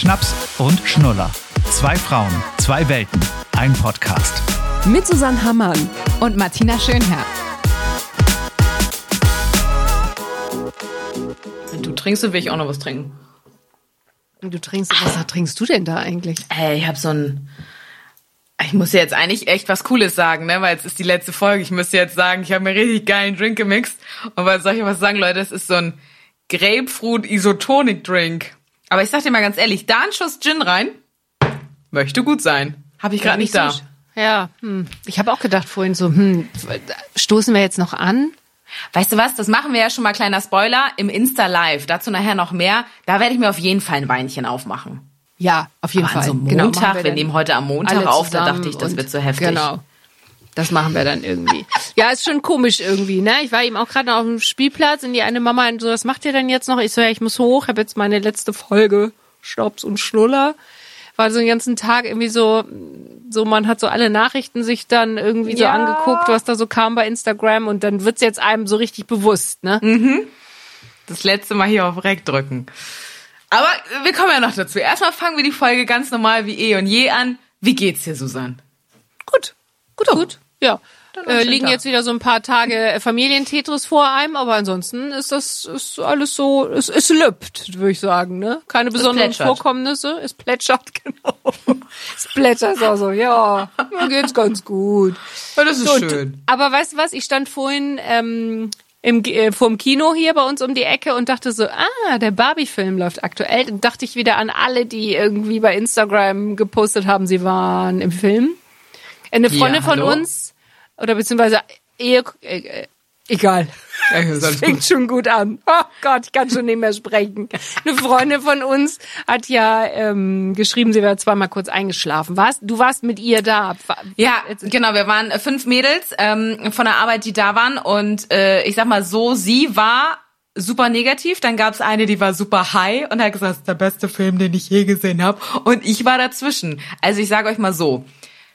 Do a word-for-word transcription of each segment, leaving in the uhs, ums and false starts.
Schnaps und Schnuller. Zwei Frauen, zwei Welten, ein Podcast. Mit Susanne Hammann und Martina Schönherr. Wenn du trinkst, will ich auch noch was trinken. Du trinkst, was trinkst du denn da eigentlich? Ey, ich hab so ein... Ich muss jetzt eigentlich echt was Cooles sagen, ne? Weil es ist die letzte Folge. Ich müsste jetzt sagen, ich habe mir richtig geilen Drink gemixt. Und was soll ich was sagen, Leute? Das ist so ein Grapefruit-Isotonic-Drink. Aber ich sag dir mal ganz ehrlich, da ein Schuss Gin rein, möchte gut sein. Habe ich gerade nicht da. Ja, hm. Ich habe auch gedacht vorhin so, hm, stoßen wir jetzt noch an? Weißt du was, das machen wir ja schon mal, kleiner Spoiler, im Insta-Live. Dazu nachher noch mehr. Da werde ich mir auf jeden Fall ein Weinchen aufmachen. Ja, auf jeden Aber Fall. An so Montag, genau, wir, wir nehmen heute am Montag auf, da dachte ich, das wird so heftig. Genau. Das machen wir dann irgendwie. Ja, ist schon komisch irgendwie, ne? Ich war eben auch gerade noch auf dem Spielplatz und die eine Mama so, was macht ihr denn jetzt noch? Ich so, ja, ich muss hoch, habe jetzt meine letzte Folge Schnaps und Schnuller. War so den ganzen Tag irgendwie so, so man hat so alle Nachrichten sich dann irgendwie so ja. angeguckt, was da so kam bei Instagram und dann wird's jetzt einem so richtig bewusst, ne? Mhm. Das letzte Mal hier auf Rec drücken. Aber wir kommen ja noch dazu. Erstmal fangen wir die Folge ganz normal wie eh und je an. Wie geht's dir, Susanne? Gut. Gut, so. gut. Ja. Äh, liegen jetzt wieder so ein paar Tage Familientetris vor einem, aber ansonsten ist das ist alles so, es, es lübt, würde ich sagen, ne? Keine besonderen Vorkommnisse. Es plätschert, genau. Es plätschert auch so, ja, mir geht's ganz gut. Ja, das ist so, schön. Aber weißt du was, ich stand vorhin ähm, im äh, vorm Kino hier bei uns um die Ecke und dachte so, ah, der Barbie-Film läuft aktuell. Dann dachte ich wieder an alle, die irgendwie bei Instagram gepostet haben, sie waren im Film. Eine Freundin ja, von uns, oder beziehungsweise Ehe, äh, egal. Ja, das fängt gut. schon gut an. Oh Gott, ich kann schon nicht mehr sprechen. Eine Freundin von uns hat ja ähm, geschrieben, sie wäre zweimal kurz eingeschlafen. Warst, du warst mit ihr da? Ja, genau. Wir waren fünf Mädels ähm, von der Arbeit, die da waren. Und äh, ich sag mal so, sie war super negativ. Dann gab's eine, die war super high und hat gesagt, das ist der beste Film, den ich je gesehen habe. Und ich war dazwischen. Also ich sage euch mal so,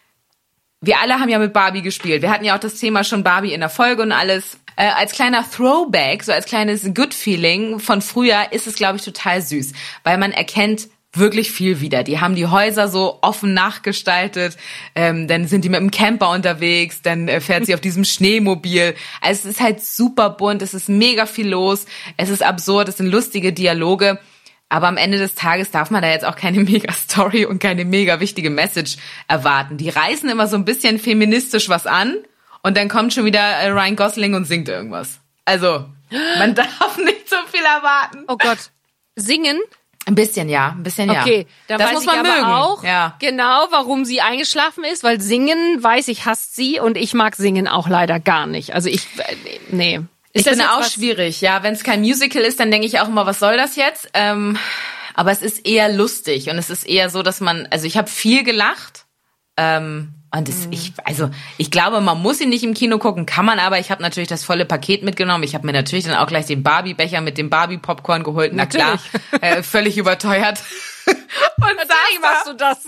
wir alle haben ja mit Barbie gespielt. Wir hatten ja auch das Thema schon Barbie in der Folge und alles. Äh, als kleiner Throwback, so als kleines Good-Feeling von früher ist es, glaube ich, total süß. Weil man erkennt wirklich viel wieder. Die haben die Häuser so offen nachgestaltet. Ähm, dann sind die mit dem Camper unterwegs. Dann äh, fährt sie auf diesem Schneemobil. Also es ist halt super bunt. Es ist mega viel los. Es ist absurd. Es sind lustige Dialoge. Aber am Ende des Tages darf man da jetzt auch keine Mega-Story und keine mega wichtige Message erwarten. Die reißen immer so ein bisschen feministisch was an und dann kommt schon wieder Ryan Gosling und singt irgendwas. Also, man darf nicht so viel erwarten. Oh Gott. Singen? Ein bisschen, ja. Ein bisschen, ja. Okay, dann das weiß muss ich man aber mögen. auch ja. genau, warum sie eingeschlafen ist, weil Singen, weiß ich, hasst sie und ich mag Singen auch leider gar nicht. Also ich, nee. Ich finde auch schwierig, ja. Wenn es kein Musical ist, dann denke ich auch immer, was soll das jetzt? Ähm, aber es ist eher lustig und es ist eher so, dass man, also ich habe viel gelacht ähm, und es, mhm. ich, also ich glaube, man muss ihn nicht im Kino gucken, kann man aber. Ich habe natürlich das volle Paket mitgenommen. Ich habe mir natürlich dann auch gleich den Barbie-Becher mit dem Barbie-Popcorn geholt. Na klar, äh, völlig überteuert. Und sag machst du das?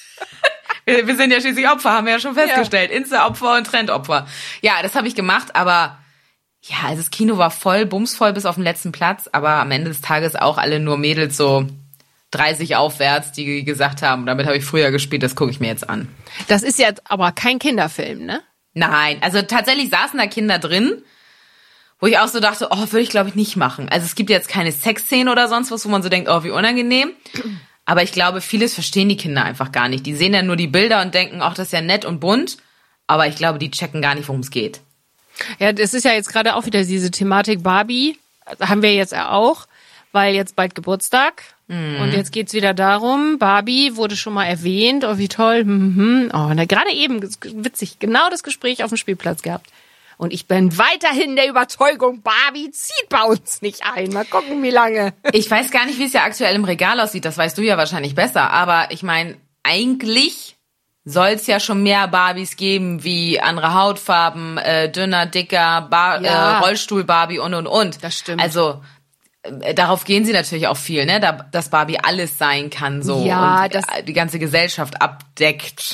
wir, wir sind ja schließlich Opfer, haben wir ja schon festgestellt. Ja. Insta-Opfer und Trend-Opfer. Ja, das habe ich gemacht, aber ja, also das Kino war voll, bumsvoll bis auf den letzten Platz, aber am Ende des Tages auch alle nur Mädels so dreißig aufwärts, die gesagt haben, damit habe ich früher gespielt, das gucke ich mir jetzt an. Das ist ja aber kein Kinderfilm, ne? Nein, also tatsächlich saßen da Kinder drin, wo ich auch so dachte, oh, würde ich glaube ich nicht machen. Also es gibt jetzt keine Sexszene oder sonst was, wo man so denkt, oh, wie unangenehm. Aber ich glaube, vieles verstehen die Kinder einfach gar nicht. Die sehen dann nur die Bilder und denken, ach, das ist ja nett und bunt, aber ich glaube, die checken gar nicht, worum es geht. Ja, das ist ja jetzt gerade auch wieder diese Thematik Barbie, haben wir jetzt ja auch, weil jetzt bald Geburtstag mhm. und jetzt geht's wieder darum, Barbie wurde schon mal erwähnt, oh wie toll, mhm. oh, na, gerade eben, witzig, genau das Gespräch auf dem Spielplatz gehabt. Und ich bin weiterhin der Überzeugung, Barbie zieht bei uns nicht ein. Mal gucken, wie lange. Ich weiß gar nicht, wie es ja aktuell im Regal aussieht, das weißt du ja wahrscheinlich besser, aber ich meine, eigentlich soll es ja schon mehr Barbies geben, wie andere Hautfarben, äh, dünner, dicker, Bar- ja. äh, Rollstuhl-Barbie und, und, und. Das stimmt. Also, äh, darauf gehen sie natürlich auch viel, ne, da, dass Barbie alles sein kann, so. Ja, und das äh, die ganze Gesellschaft abdeckt.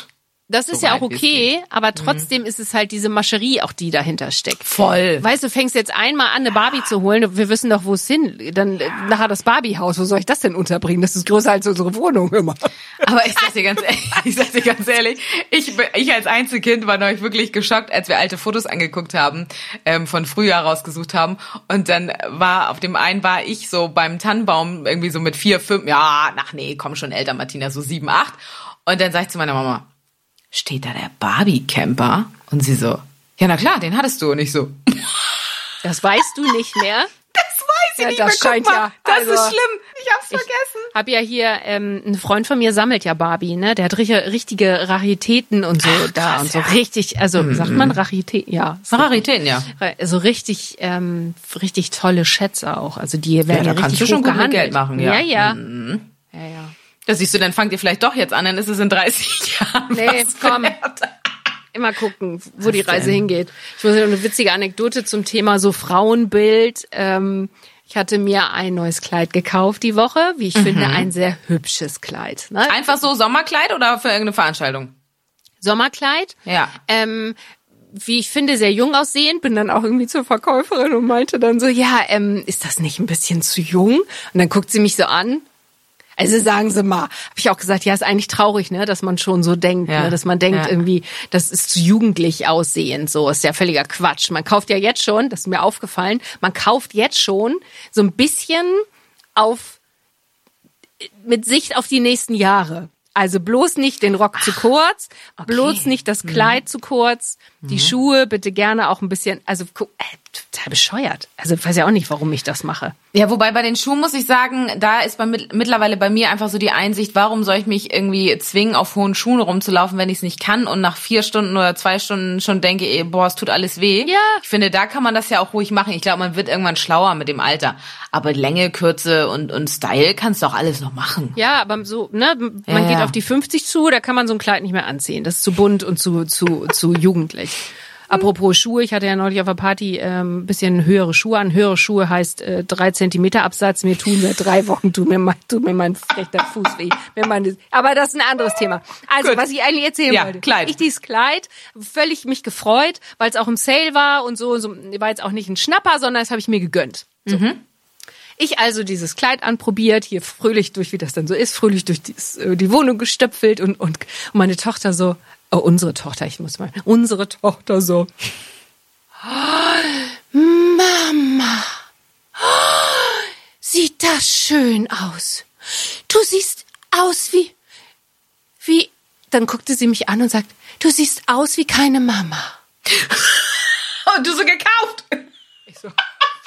Das ist So ja auch weit, wie es okay, geht. aber trotzdem ist es halt diese Mascherie auch, die dahinter steckt. Voll. Weißt du, fängst jetzt einmal an, eine Barbie zu holen, wir wissen doch, wo es hin, dann äh, nachher das Barbie-Haus, wo soll ich das denn unterbringen? Das ist größer als unsere Wohnung immer. Aber ich sag dir ganz ehrlich, ich sag dir ganz ehrlich, ich, ich als Einzelkind war neulich wirklich geschockt, als wir alte Fotos angeguckt haben, ähm, von Frühjahr rausgesucht haben. Und dann war, auf dem einen war ich so beim Tannenbaum irgendwie so mit vier, fünf, ja, ach nee, komm schon älter, Martina, so sieben, acht. Und dann sag ich zu meiner Mama, steht da der Barbie-Camper? Und sie so, ja, na klar, den hattest du. Und ich so, Das weißt du nicht mehr. das weiß ich Ja, nicht das mehr. Guck scheint mal, ja- das also- ist schlimm. Ich hab's vergessen. Hab ja hier, ähm, ein Freund von mir sammelt ja Barbie, ne? Der hat richtige, richtige Raritäten und so Ach, da krass, und so ja. richtig, also sagt man Raritäten? Ja. Raritäten, ja. Also richtig, ähm, richtig tolle Schätze auch. Also die werden da richtig kannst du schon hoch gut mit gehandelt. Geld machen, ja. Ja, ja. Mhm. Ja, ja. Da siehst du, dann fangt ihr vielleicht doch jetzt an, dann ist es in dreißig Jahren Nee, was komm. wert. Immer gucken, wo die Reise denn? hingeht. Ich muss ja eine witzige Anekdote zum Thema so Frauenbild. Ähm, ich hatte mir ein neues Kleid gekauft die Woche. Wie ich finde, ein sehr hübsches Kleid. Ne? Einfach so Sommerkleid oder für irgendeine Veranstaltung? Sommerkleid. Ja. Ähm, wie ich finde, sehr jung aussehend, bin dann auch irgendwie zur Verkäuferin und meinte dann so, ja, ähm, ist das nicht ein bisschen zu jung? Und dann guckt sie mich so an. Also sagen Sie mal, habe ich auch gesagt, ja, ist eigentlich traurig, ne, dass man schon so denkt, Ja. ne, dass man denkt Ja. irgendwie, das ist zu jugendlich aussehend, so ist ja völliger Quatsch. Man kauft ja jetzt schon, das ist mir aufgefallen, man kauft jetzt schon so ein bisschen auf mit Sicht auf die nächsten Jahre. Also bloß nicht den Rock zu kurz, okay. bloß nicht das Kleid zu kurz, die Schuhe bitte gerne auch ein bisschen, also gu- äh, total bescheuert. Also ich weiß ja auch nicht, warum ich das mache. Ja, wobei bei den Schuhen muss ich sagen, da ist bei, mittlerweile bei mir einfach so die Einsicht, warum soll ich mich irgendwie zwingen, auf hohen Schuhen rumzulaufen, wenn ich es nicht kann und nach vier Stunden oder zwei Stunden schon denke, ey, boah, es tut alles weh. Ja. Ich finde, da kann man das ja auch ruhig machen. Ich glaube, man wird irgendwann schlauer mit dem Alter. Aber Länge, Kürze und, und Style kannst du auch alles noch machen. Ja, aber so, ne, man Ja, geht ja. auf die fünfzig zu, da kann man so ein Kleid nicht mehr anziehen. Das ist zu bunt und zu, zu, zu jugendlich. Apropos Schuhe, ich hatte ja neulich auf der Party ähm, ein bisschen höhere Schuhe an. Höhere Schuhe heißt äh, drei Zentimeter Absatz. Mir tun seit drei Wochen, tut mir mein, tut mir mein rechter Fuß weh. Mir mein, aber das ist ein anderes Thema. Also, Gut. was ich eigentlich erzählen Ja, wollte. Kleid. Ich dieses Kleid, völlig mich gefreut, weil es auch im Sale war und so, so. War jetzt auch nicht ein Schnapper, sondern das habe ich mir gegönnt. So. Ich also dieses Kleid anprobiert, hier fröhlich durch, wie das dann so ist, fröhlich durch die, die Wohnung gestöpfelt und, und meine Tochter so, oh, unsere Tochter, ich muss mal, unsere Tochter so, oh, Mama, oh, sieht das schön aus. Du siehst aus wie, wie, dann guckte sie mich an und sagt, du siehst aus wie keine Mama. Und du so gekauft. Ich so,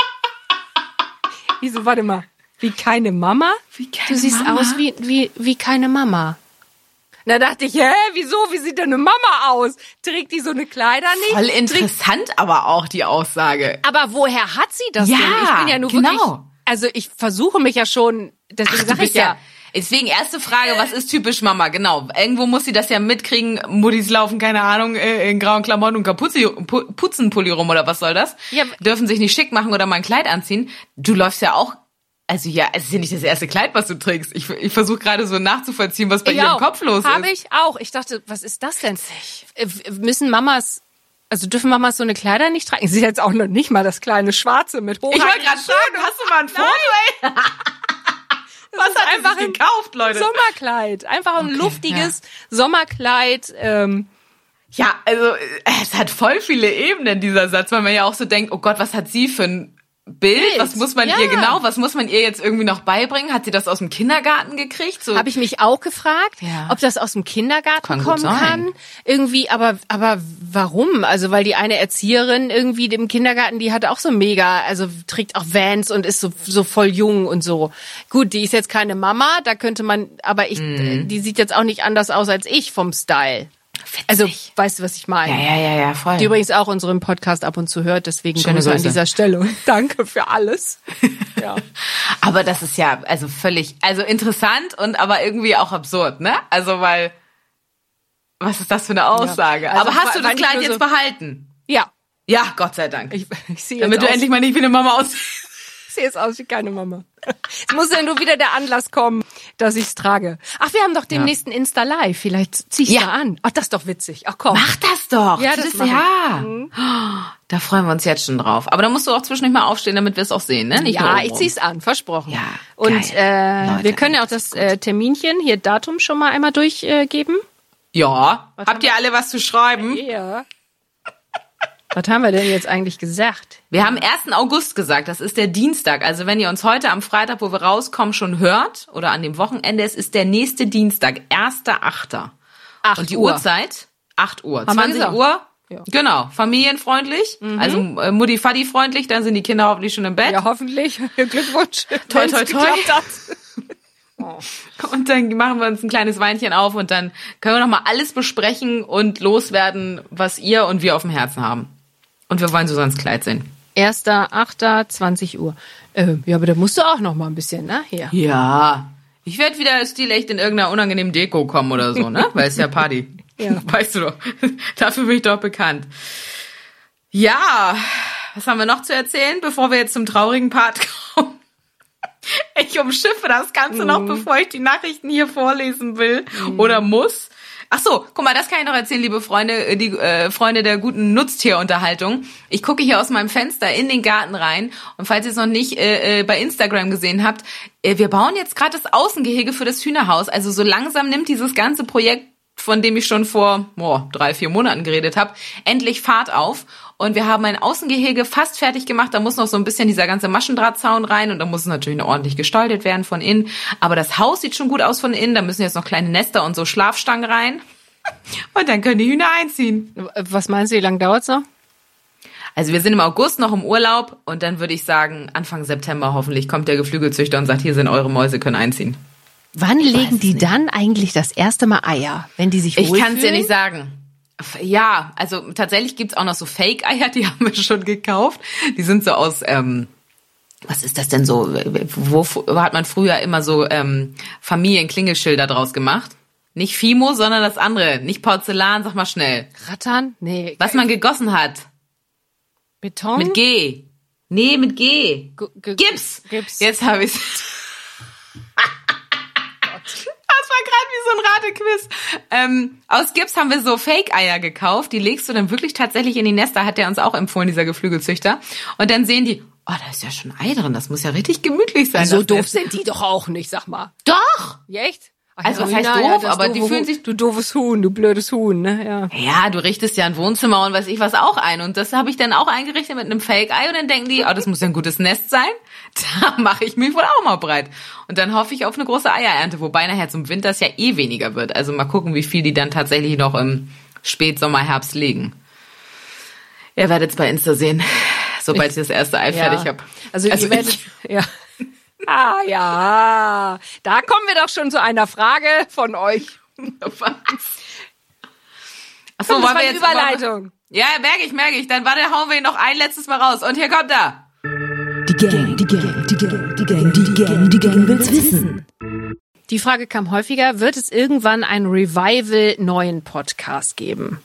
wieso, warte mal, wie keine Mama? Wie keine Du siehst Mama? aus wie, wie, wie keine Mama. Da dachte ich, hä, wieso, wie sieht denn eine Mama aus? Trägt die so eine Kleider nicht? Voll Trägt, interessant aber auch die Aussage. aber woher hat sie das Ja, denn? Ich bin ja nur genau. wirklich, also ich versuche mich ja schon, deswegen Du sage ich bist ja, ja. Deswegen erste Frage, was ist typisch Mama? Genau. Irgendwo muss sie das ja mitkriegen. Muttis laufen, keine Ahnung, äh, in grauen Klamotten und Kapuzi, Pu- Putzenpulli rum oder was soll das? Ja. Dürfen sich nicht schick machen oder mal ein Kleid anziehen. Du läufst ja auch, also ja, es ist ja nicht das erste Kleid, was du trägst. Ich, ich versuche gerade so nachzuvollziehen, was bei ich ihrem auch. Kopf los Habe ist. ich auch. Ich dachte, was ist das denn? Äh, Müssen Mamas, also dürfen Mamas so eine Kleider nicht tragen? Sie ist jetzt auch noch nicht mal das kleine Schwarze mit hoch. Ich wollte gerade fragen, hast du mal ein Foto, ey? Was hat einfach einfach ein gekauft, Leute? Sommerkleid. Einfach ein Okay, luftiges Sommerkleid. Ähm, Ja, also äh, es hat voll viele Ebenen, dieser Satz, weil man ja auch so denkt, oh Gott, was hat sie für ein Bild? Bild, Was muss man ja. ihr genau, was muss man ihr jetzt irgendwie noch beibringen? Hat sie das aus dem Kindergarten gekriegt? So, Habe ich mich auch gefragt, Ja. ob das aus dem Kindergarten Kann gut kommen sein. kann. Irgendwie, aber aber warum? Also weil die eine Erzieherin irgendwie im Kindergarten, die hat auch so mega, also trägt auch Vans und ist so so voll jung und so. Gut, die ist jetzt keine Mama, da könnte man, aber ich, Mhm. die sieht jetzt auch nicht anders aus als ich vom Style. Also weißt du, was ich meine? ja, ja, ja, ja, voll. Die übrigens auch unseren Podcast ab und zu hört, deswegen Schöne Grüße an Grüße. dieser Stelle und danke für alles. Ja. Aber das ist ja also völlig, also interessant und aber irgendwie auch absurd, ne? Also weil, was ist das für eine Aussage? Ja, also aber hast du war das nicht Kleid nur jetzt so- behalten? Ja. Ja, Gott sei Dank. Ich, ich sehe Damit jetzt du aus, endlich mal nicht wie eine Mama aussiehst. ich sehe jetzt aus wie keine Mama. Es muss ja nur wieder der Anlass kommen. dass ich's trage. Ach, wir haben doch demnächst ein Insta-Live. Vielleicht zieh ich's Ja. da an. Ach, das ist doch witzig. Ach komm. Mach das doch. Ja, das, das ist mach ich. ja. Da freuen wir uns jetzt schon drauf. Aber da musst du auch zwischendurch mal aufstehen, damit wir es auch sehen, ne? Nicht nur Ja, oben ich rum. zieh's an, versprochen. Ja, Und geil. äh, Leute, wir können ja auch das das äh, Terminchen, hier Datum schon mal einmal durchgeben. Ja. Was Habt haben ihr alle was zu schreiben? Ja. Was haben wir denn jetzt eigentlich gesagt? Wir haben ersten August gesagt, das ist der Dienstag. Also wenn ihr uns heute am Freitag, wo wir rauskommen, schon hört, oder an dem Wochenende, es ist der nächste Dienstag, erster Achter acht Und die Uhr. Uhrzeit? acht Uhr. Haben wir zwanzig gesagt. Uhr? Ja. Genau. Familienfreundlich, also äh, Mutti-Faddi-freundlich, dann sind die Kinder hoffentlich schon im Bett. Ja, hoffentlich. Glückwunsch. Toi, wenn's toi, toi. geklappt hat. Und dann machen wir uns ein kleines Weinchen auf und dann können wir nochmal alles besprechen und loswerden, was ihr und wir auf dem Herzen haben. Und wir wollen Susans Kleid sehen. erster Achter zwanzig Uhr. Äh, ja, aber da musst du auch noch mal ein bisschen, ne? Hier. Ja. Ich werde wieder stilecht in irgendeiner unangenehmen Deko kommen oder so, ne? Weil es ja Party. Ja. Weißt du doch. Dafür bin ich doch bekannt. Ja. Was haben wir noch zu erzählen, bevor wir jetzt zum traurigen Part kommen? Ich umschiffe das Ganze noch, bevor ich die Nachrichten hier vorlesen will oder muss. Ach so, guck mal, das kann ich noch erzählen, liebe Freunde, die äh, Freunde der guten Nutztierunterhaltung. Ich gucke hier aus meinem Fenster in den Garten rein und falls ihr es noch nicht äh, äh, bei Instagram gesehen habt, äh, wir bauen jetzt gerade das Außengehege für das Hühnerhaus. Also so langsam nimmt dieses ganze Projekt, von dem ich schon vor boah, drei, vier Monaten geredet habe, endlich Fahrt auf. Und wir haben ein Außengehege fast fertig gemacht. Da muss noch so ein bisschen dieser ganze Maschendrahtzaun rein und da muss es natürlich noch ordentlich gestaltet werden von innen. Aber das Haus sieht schon gut aus von innen. Da müssen jetzt noch kleine Nester und so Schlafstangen rein. Und dann können die Hühner einziehen. Was meinst du, wie lange dauert's noch? Also wir sind im August noch im Urlaub und dann würde ich sagen, Anfang September hoffentlich kommt der Geflügelzüchter und sagt, hier sind eure Mäuse, können einziehen. Wann legen es die nicht. dann eigentlich das erste Mal Eier? Wenn die sich Ich wohlfühlen? kann es dir nicht sagen. Ja, also tatsächlich gibt's auch noch so Fake-Eier, die haben wir schon gekauft. Die sind so aus, ähm, was ist das denn so? Wo, wo hat man früher immer so ähm, Familienklingelschilder draus gemacht? Nicht Fimo, sondern das andere. Nicht Porzellan, sag mal schnell. Rattern? Nee. Was man gegossen hat. Beton? Mit G. Nee, mit G. G- G- Gips. Gips. Jetzt habe ich's. Das war gerade wie so ein Ratequiz. Ähm, aus Gips haben wir so Fake-Eier gekauft. Die legst du dann wirklich tatsächlich in die Nester, hat der uns auch empfohlen, dieser Geflügelzüchter. Und dann sehen die, oh, da ist ja schon Ei drin. Das muss ja richtig gemütlich sein. So das doof Nest. sind die doch auch nicht, sag mal. Doch! Ja, echt? Ach, Also, ja, was heißt na, doof? das Aber die doofe fühlen Huhn. sich- Du doofes Huhn, du blödes Huhn, ne? Ja. Ja, du richtest ja ein Wohnzimmer und weiß ich was auch ein. Und das habe ich dann auch eingerichtet mit einem Fake-Ei. Und dann denken die, oh, das muss ja ein gutes Nest sein. Da mache ich mich wohl auch mal breit. Und dann hoffe ich auf eine große Eierernte. Wobei nachher zum Winter es ja eh weniger wird. Also mal gucken, wie viel die dann tatsächlich noch im Spätsommer, Herbst legen. Ihr werdet es bei Insta sehen, sobald ich das erste Ei fertig habe. Also, Also ihr werdet, ich- ja. Ah, ja. Da kommen wir doch schon zu einer Frage von euch. Was? Achso, Das wollen war wir die jetzt Überleitung. Ja, merke ich, merke ich. Dann warte, hauen wir ihn noch ein letztes Mal raus. Und hier kommt er. Die Gang, die Gang, die Gang, die Gang, die Gang, die Gang will's wissen. Die Frage kam häufiger, wird es irgendwann einen Revival-neuen Podcast geben?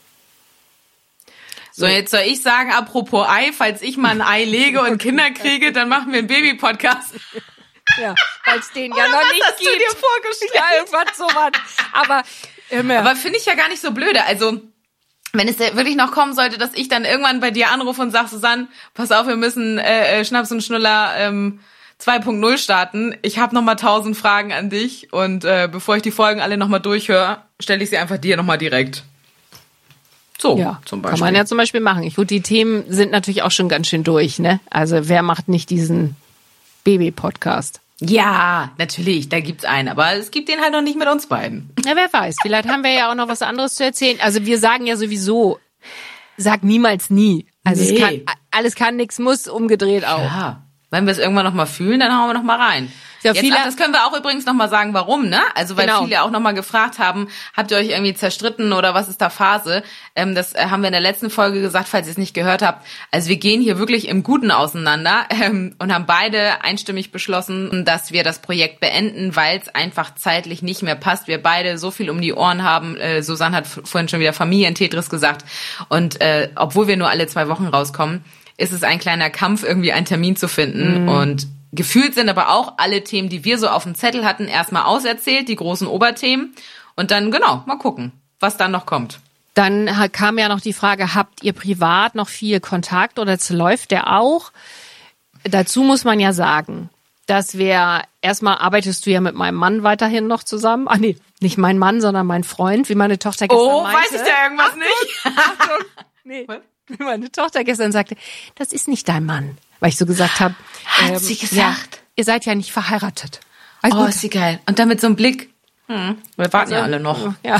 So, jetzt soll ich sagen, apropos Ei, falls ich mal ein Ei lege und Kinder kriege, dann machen wir einen Baby-Podcast. Ja, weil es den ja Oder noch was nicht hast du gibt. dir vorgestellt? Ja, irgendwas sowas. Aber, immer. Aber finde ich ja gar nicht so blöde. Also, wenn es wirklich noch kommen sollte, dass ich dann irgendwann bei dir anrufe und sag, Susanne, pass auf, wir müssen äh, äh, Schnaps und Schnuller ähm, zwei Punkt null starten. Ich habe noch mal tausend Fragen an dich und äh, bevor ich die Folgen alle noch mal durchhöre, stelle ich sie einfach dir noch mal direkt. So, ja, zum Beispiel. kann man ja zum Beispiel machen. Ich, gut, die Themen sind natürlich auch schon ganz schön durch, ne? Also wer macht nicht diesen Baby-Podcast? Ja, natürlich, da gibt's einen, aber es gibt den halt noch nicht mit uns beiden. Ja, wer weiß. Vielleicht haben wir ja auch noch was anderes zu erzählen. Also wir sagen ja sowieso, sag niemals nie. Also Nee. es kann, alles kann, nichts muss, umgedreht auch. Ja, wenn wir es irgendwann noch mal fühlen, dann hauen wir noch mal rein. Ja, Jetzt, viele- ach, das können wir auch übrigens noch mal sagen, warum, ne? Also weil Genau. viele auch noch mal gefragt haben, habt ihr euch irgendwie zerstritten oder was ist da Phase? Ähm, das äh, haben wir in der letzten Folge gesagt, falls ihr es nicht gehört habt. Also wir gehen hier wirklich im Guten auseinander ähm, und haben beide einstimmig beschlossen, dass wir das Projekt beenden, weil es einfach zeitlich nicht mehr passt. Wir beide so viel um die Ohren haben. Äh, Susanne hat f- vorhin schon wieder Familien-Tetris gesagt. Und äh, obwohl wir nur alle zwei Wochen rauskommen, ist es ein kleiner Kampf, irgendwie einen Termin zu finden. Und gefühlt sind aber auch alle Themen, die wir so auf dem Zettel hatten, erstmal auserzählt, die großen Oberthemen. Und dann, genau, mal gucken, was dann noch kommt. Dann kam ja noch die Frage, habt ihr privat noch viel Kontakt oder läuft der auch? Dazu muss man ja sagen, dass wir, erstmal arbeitest du ja mit meinem Mann weiterhin noch zusammen. Ach nee, nicht mein Mann, sondern mein Freund, wie meine Tochter gestern oh, meinte. Oh, weiß ich da irgendwas Achtung, nicht? Achtung, nee. Wie meine Tochter gestern sagte, das ist nicht dein Mann. Weil ich so gesagt habe. Hat ähm, sie gesagt? Ja, ihr seid ja nicht verheiratet. Also oh, gut. ist sie geil. Und dann mit so einem Blick. Hm, wir warten Also, ja alle noch. Ja.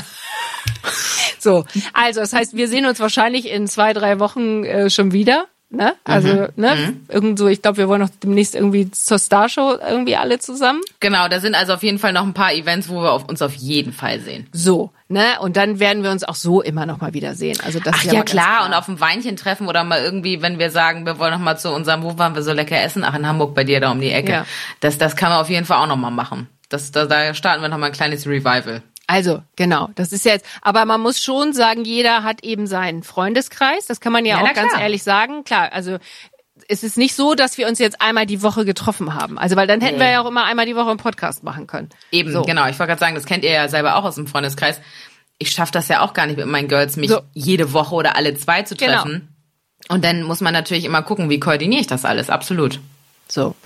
So, also das heißt, wir sehen uns wahrscheinlich in zwei, drei Wochen äh, schon wieder. Ne? Also, Mhm. ne? Mhm. Irgend so, ich glaube, wir wollen noch demnächst irgendwie zur Starshow irgendwie alle zusammen. Genau, da sind also auf jeden Fall noch ein paar Events, wo wir auf uns auf jeden Fall sehen. So, ne? Und dann werden wir uns auch so immer noch mal wieder sehen. Also das Ach ist ja, ja mal klar. ganz klar. Und auf ein Weinchen treffen oder mal irgendwie, wenn wir sagen, wir wollen noch mal zu unserem, wo waren wir so lecker essen? Ach, in Hamburg bei dir da um die Ecke. Ja. Das, das kann man auf jeden Fall auch noch mal machen. Das, da, da starten wir noch mal ein kleines Revival. Also, genau, das ist jetzt, aber man muss schon sagen, jeder hat eben seinen Freundeskreis. Das kann man ja, Ja, auch na ganz klar. ehrlich sagen. Klar, also es ist nicht so, dass wir uns jetzt einmal die Woche getroffen haben. Also, weil dann hätten Nee. wir ja auch immer einmal die Woche einen Podcast machen können. Eben, So. genau. Ich wollte gerade sagen, das kennt ihr ja selber auch aus dem Freundeskreis. Ich schaffe das ja auch gar nicht mit meinen Girls, mich So. jede Woche oder alle zwei zu Genau. treffen. Und dann muss man natürlich immer gucken, wie koordiniere ich das alles. Absolut. So.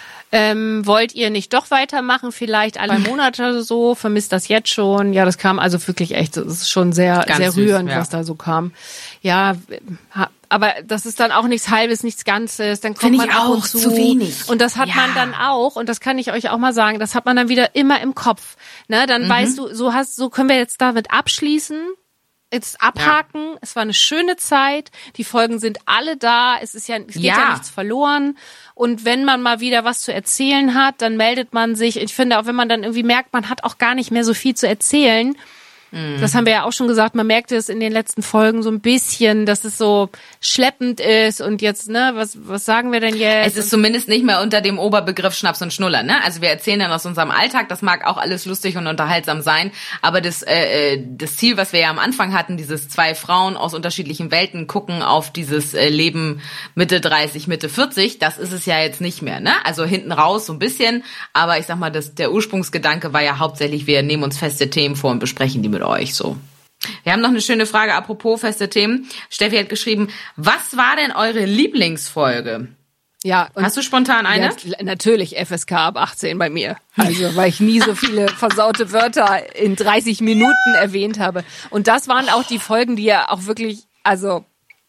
Ähm, wollt ihr nicht doch weitermachen? Vielleicht alle Monate oder so? Vermisst das jetzt schon? Ja, das kam also wirklich echt, das ist schon sehr, Ganz sehr süß, rührend, ja. was da so kam. Ja, ha- aber das ist dann auch nichts Halbes, nichts Ganzes. Dann kommt Finde man ich ab auch, und zu. zu wenig. Und das hat Ja. man dann auch, und das kann ich euch auch mal sagen, das hat man dann wieder immer im Kopf. Ne, dann Mhm. weißt du, so hast, so können wir jetzt damit abschließen. Jetzt abhaken. Es war eine schöne Zeit. Die Folgen sind alle da. Es ist ja, es geht ja, Ja. nichts verloren. Und wenn man mal wieder was zu erzählen hat, dann meldet man sich. Ich finde, auch wenn man dann irgendwie merkt, man hat auch gar nicht mehr so viel zu erzählen. Das haben wir ja auch schon gesagt, man merkte es in den letzten Folgen so ein bisschen, dass es so schleppend ist und jetzt, ne, was, was sagen wir denn jetzt? Es ist zumindest nicht mehr unter dem Oberbegriff Schnaps und Schnuller, ne? Also wir erzählen dann aus unserem Alltag, das mag auch alles lustig und unterhaltsam sein, aber das, äh, das Ziel, was wir ja am Anfang hatten, dieses zwei Frauen aus unterschiedlichen Welten gucken auf dieses äh, Leben Mitte dreißig, Mitte vierzig, das ist es ja jetzt nicht mehr, ne? Also hinten raus so ein bisschen, aber ich sag mal, das, der Ursprungsgedanke war ja hauptsächlich, wir nehmen uns feste Themen vor und besprechen die mit euch so. Wir haben noch eine schöne Frage, apropos feste Themen. Steffi hat geschrieben, was war denn eure Lieblingsfolge? Ja, und Hast du spontan eine? Ja, natürlich F S K ab achtzehn bei mir. Also, weil ich nie so viele versaute Wörter in dreißig Minuten erwähnt habe. Und das waren auch die Folgen, die ja auch wirklich, also,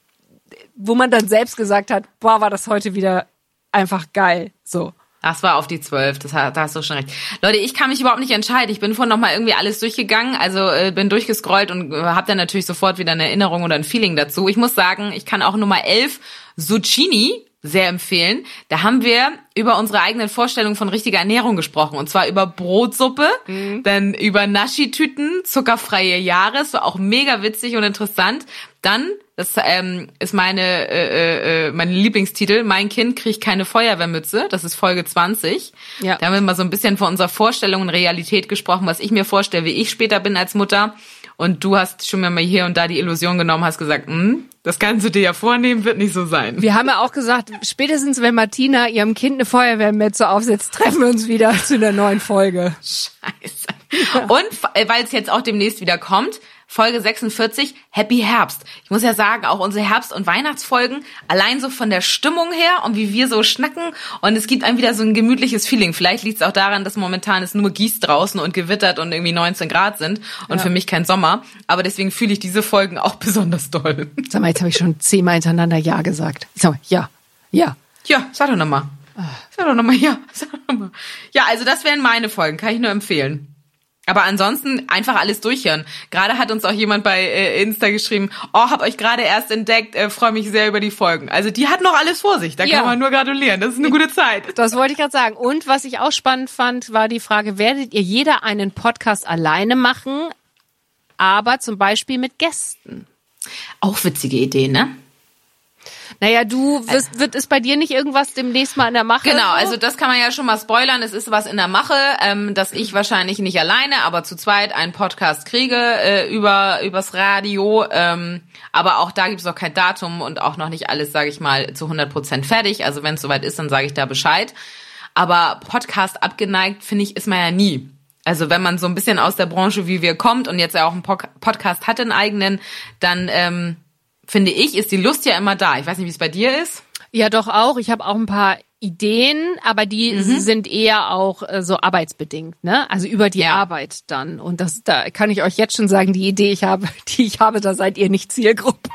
wo man dann selbst gesagt hat, boah, war das heute wieder einfach geil. So. Das war auf die zwölf, das, da hast du schon recht. Leute, ich kann mich überhaupt nicht entscheiden. Ich bin vorhin noch mal irgendwie alles durchgegangen, also äh, bin durchgescrollt und äh, habe dann natürlich sofort wieder eine Erinnerung oder ein Feeling dazu. Ich muss sagen, ich kann auch Nummer elf, Zucchini, sehr empfehlen. Da haben wir über unsere eigenen Vorstellungen von richtiger Ernährung gesprochen. Und zwar über Brotsuppe, mhm. dann über Naschi-Tüten, zuckerfreie Jahre. Das war auch mega witzig und interessant. Dann, das ähm, ist meine äh, äh, meine Lieblingstitel, Mein Kind kriegt keine Feuerwehrmütze. Das ist Folge zwanzig. Ja. Da haben wir mal so ein bisschen von unserer Vorstellung und Realität gesprochen, was ich mir vorstelle, wie ich später bin als Mutter. Und du hast schon mal hier und da die Illusion genommen, hast gesagt, hm, das kannst du dir ja vornehmen, wird nicht so sein. Wir haben ja auch gesagt, spätestens wenn Martina ihrem Kind eine Feuerwehrmütze aufsetzt, treffen wir uns wieder zu einer neuen Folge. Scheiße. Und weil es jetzt auch demnächst wieder kommt, Folge sechsundvierzig, Happy Herbst. Ich muss ja sagen, auch unsere Herbst- und Weihnachtsfolgen, allein so von der Stimmung her und wie wir so schnacken und es gibt einem wieder so ein gemütliches Feeling. Vielleicht liegt es auch daran, dass momentan es nur gießt draußen und gewittert und irgendwie neunzehn Grad sind und ja. für mich kein Sommer. Aber deswegen fühle ich diese Folgen auch besonders doll. Sag mal, jetzt habe ich schon zehnmal hintereinander Ja gesagt. Sag mal, ja, ja. Ja, sag doch nochmal. Sag doch nochmal, ja. Sag doch noch mal. Ja, also das wären meine Folgen, kann ich nur empfehlen. Aber ansonsten einfach alles durchhören. Gerade hat uns auch jemand bei äh, Insta geschrieben, oh, hab euch gerade erst entdeckt, äh, freue mich sehr über die Folgen. Also die hat noch alles vor sich, da ja. kann man nur gratulieren. Das ist eine gute Zeit. Das wollte ich gerade sagen. Und was ich auch spannend fand, war die Frage, werdet ihr jeder einen Podcast alleine machen, aber zum Beispiel mit Gästen? Auch witzige Idee, ne? Naja, du wirst, wird es bei dir nicht irgendwas demnächst mal in der Mache? Genau, also das kann man ja schon mal spoilern. Es ist was in der Mache, ähm, dass ich wahrscheinlich nicht alleine, aber zu zweit einen Podcast kriege äh, über übers Radio. Ähm, aber auch da gibt es noch kein Datum und auch noch nicht alles, sage ich mal, zu hundert Prozent fertig. Also wenn es soweit ist, dann sage ich da Bescheid. Aber Podcast abgeneigt, finde ich, ist man ja nie. Also wenn man so ein bisschen aus der Branche wie wir kommt und jetzt ja auch einen Podcast hat, einen eigenen, dann ähm, finde ich, ist die Lust ja immer da. Ich weiß nicht, wie es bei dir ist. Ja, doch auch. Ich habe auch ein paar Ideen, aber die mhm. sind eher auch äh, so arbeitsbedingt, ne? Also über die ja. Arbeit dann. Und das, da kann ich euch jetzt schon sagen, die Idee, ich habe, die ich habe, da seid ihr nicht Zielgruppe.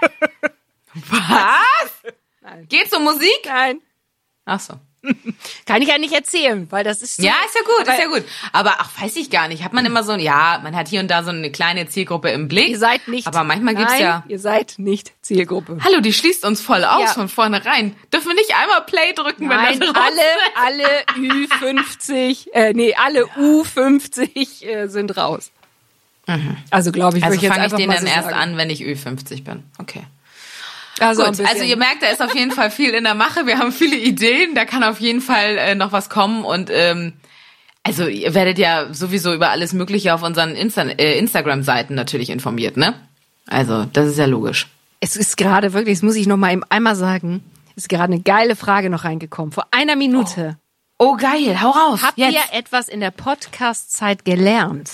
Was? Nein. Geht's um Musik? Nein. Ach so. Kann ich ja nicht erzählen, weil das ist so, ja, ist ja gut, ist ja gut. Aber ach, weiß ich gar nicht. Hat man immer so, ja, man hat hier und da so eine kleine Zielgruppe im Blick. Ihr seid nicht. Aber manchmal gibt's nein, ja. Ihr seid nicht Zielgruppe. Hallo, die schließt uns voll aus ja. von vornherein. Dürfen wir nicht einmal Play drücken, nein, wenn das alle, alle Ü fünfzig, äh, nee, alle U fünfzig äh, sind raus. Mhm. Also glaube ich, also würde ich jetzt fange ich einfach den mal dann so erst sagen. an, wenn ich Ü fünfzig bin. Okay. Also, gut, also ihr merkt, da ist auf jeden Fall viel in der Mache. Wir haben viele Ideen, da kann auf jeden Fall äh, noch was kommen. Und ähm, also ihr werdet ja sowieso über alles Mögliche auf unseren Insta- äh, Instagram-Seiten natürlich informiert, ne? Also das ist ja logisch. Es ist gerade wirklich, das muss ich noch mal einmal sagen, ist gerade eine geile Frage noch reingekommen. Vor einer Minute. Oh, oh geil, hau raus. Habt jetzt. ihr etwas in der Podcast-Zeit gelernt?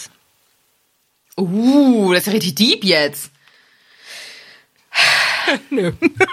Uh, das ist richtig deep jetzt. Nö.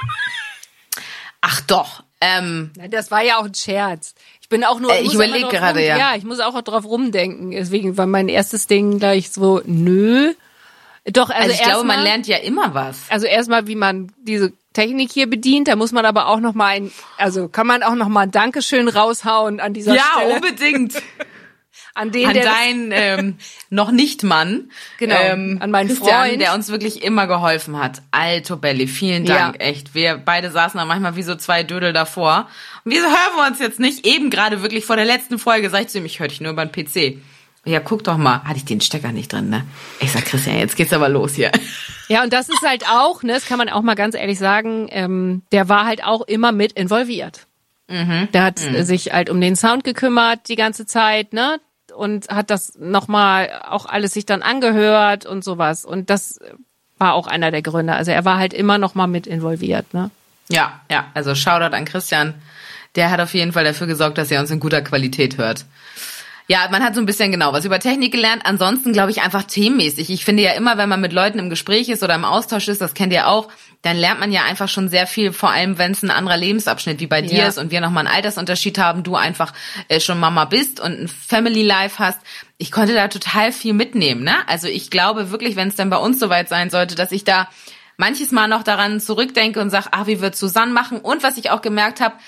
Ach doch. Ähm, das war ja auch ein Scherz. Ich bin auch nur. Äh, ich überlege gerade, rum, ja. Ja, ich muss auch drauf rumdenken. Deswegen war mein erstes Ding gleich so, nö. Doch, also, also ich erst glaube, man mal, lernt ja immer was. Also erstmal, wie man diese Technik hier bedient. Da muss man aber auch noch mal ein, also kann man auch noch mal ein Dankeschön raushauen an dieser ja, Stelle. Ja, unbedingt. An den, an der deinen ähm, noch nicht Mann, genau, ähm, an meinen Christian, Freund, der uns wirklich immer geholfen hat. Alto Belli, vielen Dank, ja. echt. Wir beide saßen da manchmal wie so zwei Dödel davor. Und wieso hören wir uns jetzt nicht? Eben gerade wirklich vor der letzten Folge sag ich zu ihm, ich höre dich nur über den P C. Ja, guck doch mal, hatte ich den Stecker nicht drin, ne? Ich sag, Christian, jetzt geht's aber los hier. Ja, und das ist halt auch, ne, das kann man auch mal ganz ehrlich sagen, ähm, der war halt auch immer mit involviert. Mhm. Der hat mhm. sich halt um den Sound gekümmert die ganze Zeit, ne? Und hat das nochmal auch alles sich dann angehört und sowas. Und das war auch einer der Gründe. Also er war halt immer nochmal mit involviert, ne? Ja, ja, also Shoutout an Christian. Der hat auf jeden Fall dafür gesorgt, dass er uns in guter Qualität hört. Ja, man hat so ein bisschen genau was über Technik gelernt. Ansonsten glaube ich einfach themenmäßig. Ich finde ja immer, wenn man mit Leuten im Gespräch ist oder im Austausch ist, das kennt ihr auch, dann lernt man ja einfach schon sehr viel, vor allem wenn es ein anderer Lebensabschnitt wie bei dir ja. ist und wir nochmal einen Altersunterschied haben, du einfach äh, schon Mama bist und ein Family Life hast. Ich konnte da total viel mitnehmen, ne? Also ich glaube wirklich, wenn es dann bei uns soweit sein sollte, dass ich da manches Mal noch daran zurückdenke und sage, ach, wie wird Susanne machen? Und was ich auch gemerkt habe,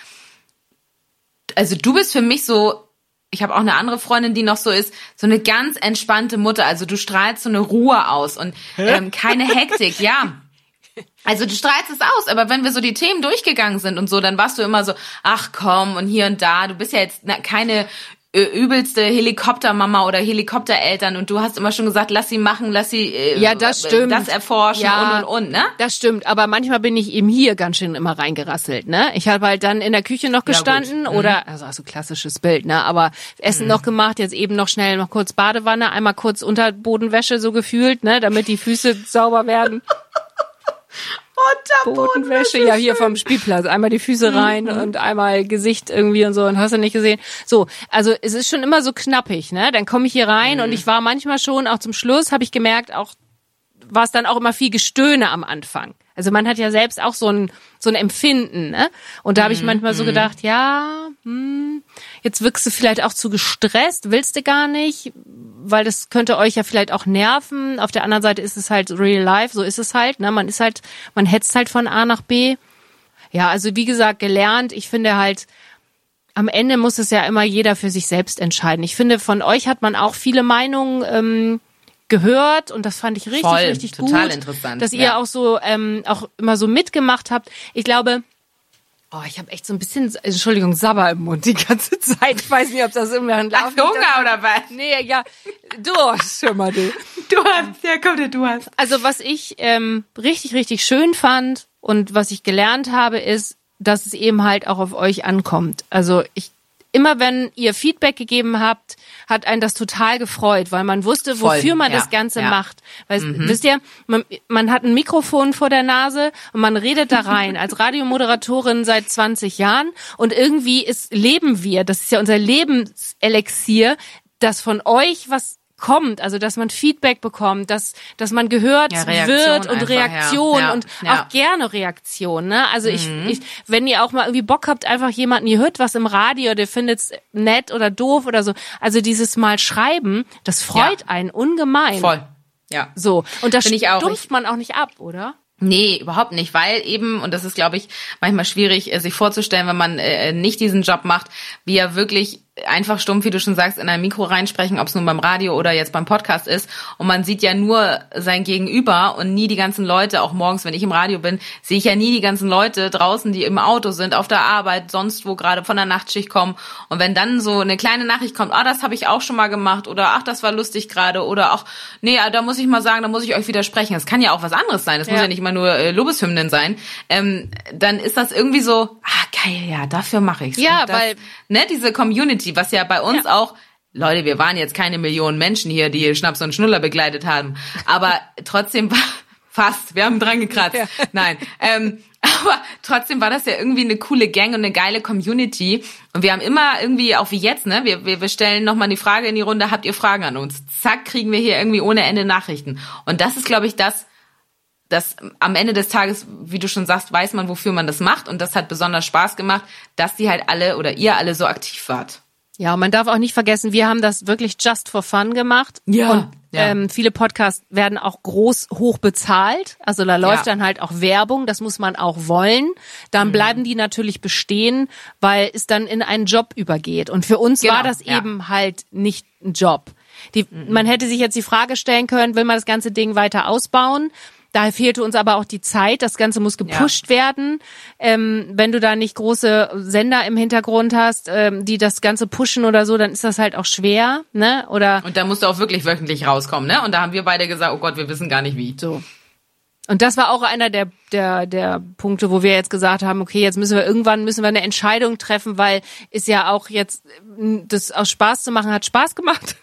also du bist für mich so, ich habe auch eine andere Freundin, die noch so ist, so eine ganz entspannte Mutter. Also du strahlst so eine Ruhe aus und ähm, keine Hektik, ja. Also du strahlst es aus, aber wenn wir so die Themen durchgegangen sind und so, dann warst du immer so, ach komm und hier und da. Du bist ja jetzt na, keine äh, übelste Helikoptermama oder Helikoptereltern und du hast immer schon gesagt, lass sie machen, lass sie äh, ja, das stimmt. das erforschen ja, und und und, ne? Das stimmt, aber manchmal bin ich eben hier ganz schön immer reingerasselt, ne? Ich habe halt dann in der Küche noch gestanden ja, oder, also so klassisches Bild, ne? Aber Essen mhm. noch gemacht, jetzt eben noch schnell noch kurz Badewanne, einmal kurz Unterbodenwäsche so gefühlt, ne? Damit die Füße sauber werden. Bodenwäsche, ja, hier vom Spielplatz. Einmal die Füße rein mhm. und einmal Gesicht irgendwie und so und hast du nicht gesehen. So, also es ist schon immer so knappig, ne? Dann komme ich hier rein mhm. und ich war manchmal schon, auch zum Schluss, habe ich gemerkt, auch war es dann auch immer viel Gestöhne am Anfang. Also man hat ja selbst auch so ein so ein Empfinden, ne? Und da habe ich manchmal so gedacht, ja, hm, jetzt wirkst du vielleicht auch zu gestresst, willst du gar nicht, weil das könnte euch ja vielleicht auch nerven. Auf der anderen Seite ist es halt real life, so ist es halt, ne? Man ist halt, man hetzt halt von A nach B. Ja, also wie gesagt, gelernt, ich finde halt, am Ende muss es ja immer jeder für sich selbst entscheiden. Ich finde, von euch hat man auch viele Meinungen ähm, gehört und das fand ich richtig, Voll, richtig gut. total interessant, dass ihr ja. auch so ähm, auch immer so mitgemacht habt. Ich glaube, oh, ich habe echt so ein bisschen, Entschuldigung, Sabber im Mund die ganze Zeit. Ich weiß nicht, ob das irgendwie ein Hast du Hunger oder was? Nee, ja, Durst, schon mal du. Du hast, ja komm, du hast. Also was ich ähm, richtig, richtig schön fand und was ich gelernt habe, ist, dass es eben halt auch auf euch ankommt. Also ich immer wenn ihr Feedback gegeben habt, hat einen das total gefreut, weil man wusste, Voll, wofür man ja, das Ganze ja. macht. Weil, Mhm. wisst ihr, man, man hat ein Mikrofon vor der Nase und man redet da rein als Radiomoderatorin seit zwanzig Jahren und irgendwie ist, leben wir, das ist ja unser Lebenselixier, dass von euch was kommt, also dass man Feedback bekommt, dass dass man gehört Ja, Reaktion wird und einfach, Reaktion ja. Ja, und ja. auch gerne Reaktion, ne? Also ich, Mhm. ich, wenn ihr auch mal irgendwie Bock habt, einfach jemanden, ihr hört was im Radio, der findet's nett oder doof oder so, also dieses Mal schreiben, das freut Ja. einen ungemein. Voll. Ja. So und das Find ich auch. stumpft man auch nicht ab, oder? Nee, überhaupt nicht, weil eben, und das ist, glaube ich, manchmal schwierig, äh, sich vorzustellen, wenn man äh, nicht diesen Job macht, wie er wirklich einfach stumpf, wie du schon sagst, in ein Mikro reinsprechen, ob es nun beim Radio oder jetzt beim Podcast ist. Und man sieht ja nur sein Gegenüber und nie die ganzen Leute, auch morgens, wenn ich im Radio bin, sehe ich ja nie die ganzen Leute draußen, die im Auto sind, auf der Arbeit, sonst wo gerade von der Nachtschicht kommen. Und wenn dann so eine kleine Nachricht kommt, ah, das habe ich auch schon mal gemacht oder ach, das war lustig gerade oder ach, nee, da muss ich mal sagen, da muss ich euch widersprechen. Das kann ja auch was anderes sein. Das Ja. muss ja nicht immer nur äh, Lobeshymnen sein. Ähm, dann ist das irgendwie so, ah, geil, ja, dafür mache ich's. Ja, Und das, weil- ne, diese Community, was ja bei uns Ja. auch, Leute, wir waren jetzt keine Millionen Menschen hier, die Schnaps und Schnuller begleitet haben, aber trotzdem war, fast, wir haben dran gekratzt, Ja. nein, ähm, aber trotzdem war das ja irgendwie eine coole Gang und eine geile Community und wir haben immer irgendwie, auch wie jetzt, ne, wir, wir, wir stellen nochmal die Frage in die Runde, habt ihr Fragen an uns? Zack, kriegen wir hier irgendwie ohne Ende Nachrichten und das ist, glaube ich, das, dass am Ende des Tages, wie du schon sagst, weiß man, wofür man das macht und das hat besonders Spaß gemacht, dass die halt alle oder ihr alle so aktiv wart. Ja, und man darf auch nicht vergessen, wir haben das wirklich just for fun gemacht. Ja. Und Ja. ähm, viele Podcasts werden auch groß hoch bezahlt. Also da läuft Ja. dann halt auch Werbung, das muss man auch wollen. Dann Mhm. bleiben die natürlich bestehen, weil es dann in einen Job übergeht. Und für uns Genau, war das ja. eben halt nicht ein Job. Die, Man hätte sich jetzt die Frage stellen können, will man das ganze Ding weiter ausbauen? Da fehlte uns aber auch die Zeit. Das Ganze muss gepusht werden. Ähm, wenn du da nicht große Sender im Hintergrund hast, ähm, die das Ganze pushen oder so, dann ist das halt auch schwer, ne? Oder Und da musst du auch wirklich wöchentlich rauskommen, ne? Und da haben wir beide gesagt, oh Gott, wir wissen gar nicht wie. so. Und das war auch einer der, der, der Punkte, wo wir jetzt gesagt haben, okay, jetzt müssen wir irgendwann müssen wir eine Entscheidung treffen, weil ist ja auch jetzt, das aus Spaß zu machen, hat Spaß gemacht.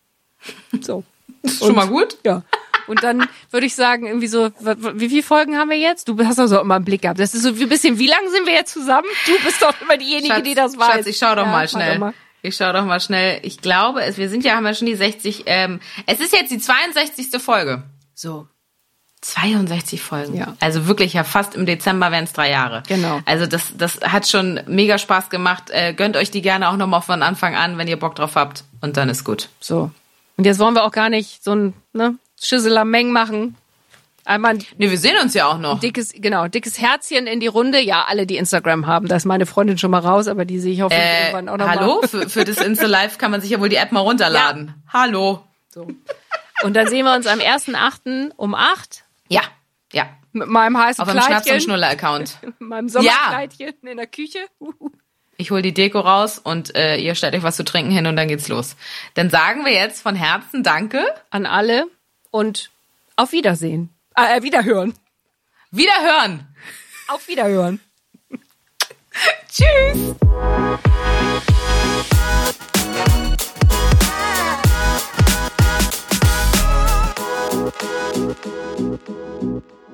So. Ist schon mal gut? Ja. Und dann würde ich sagen, irgendwie so, w- w- wie viele Folgen haben wir jetzt? Du hast also immer einen Blick gehabt. Das ist so ein bisschen, wie lange sind wir jetzt zusammen? Du bist doch immer diejenige, Schatz, die das weiß. Schatz, ich schau doch Ja, mal mach schnell. doch mal. Ich schau doch mal schnell. Ich glaube, es, wir sind ja, haben ja schon die sechzig, ähm, es ist jetzt die zweiundsechzigste Folge. So. zweiundsechzig Folgen. Ja. Also wirklich ja fast im Dezember wären es drei Jahre. Genau. Also das, das hat schon mega Spaß gemacht. Äh, gönnt euch die gerne auch nochmal von Anfang an, wenn ihr Bock drauf habt. Und dann ist gut. So. Und jetzt wollen wir auch gar nicht so ein, ne, Schüsselameng machen. Einmal ein Nee, wir sehen uns ja auch noch. dickes, genau, dickes Herzchen in die Runde. Ja, alle, die Instagram haben. Da ist meine Freundin schon mal raus, aber die sehe ich hoffentlich Äh, irgendwann auch noch hallo? mal. Für, für das Insta-Live kann man sich ja wohl die App mal runterladen. Hallo. So. Und dann sehen wir uns am ersten achten um acht Ja, ja. mit meinem heißen Auf dem Schnaps- und Kleidchen, Schnuller-Account. mit meinem Sommerkleidchen in der Küche. Ich hol die Deko raus und äh, ihr stellt euch was zu trinken hin und dann geht's los. Dann sagen wir jetzt von Herzen Danke. An alle und auf Wiedersehen. Äh, Wiederhören. Wiederhören. Auf Wiederhören. Tschüss. Thank you.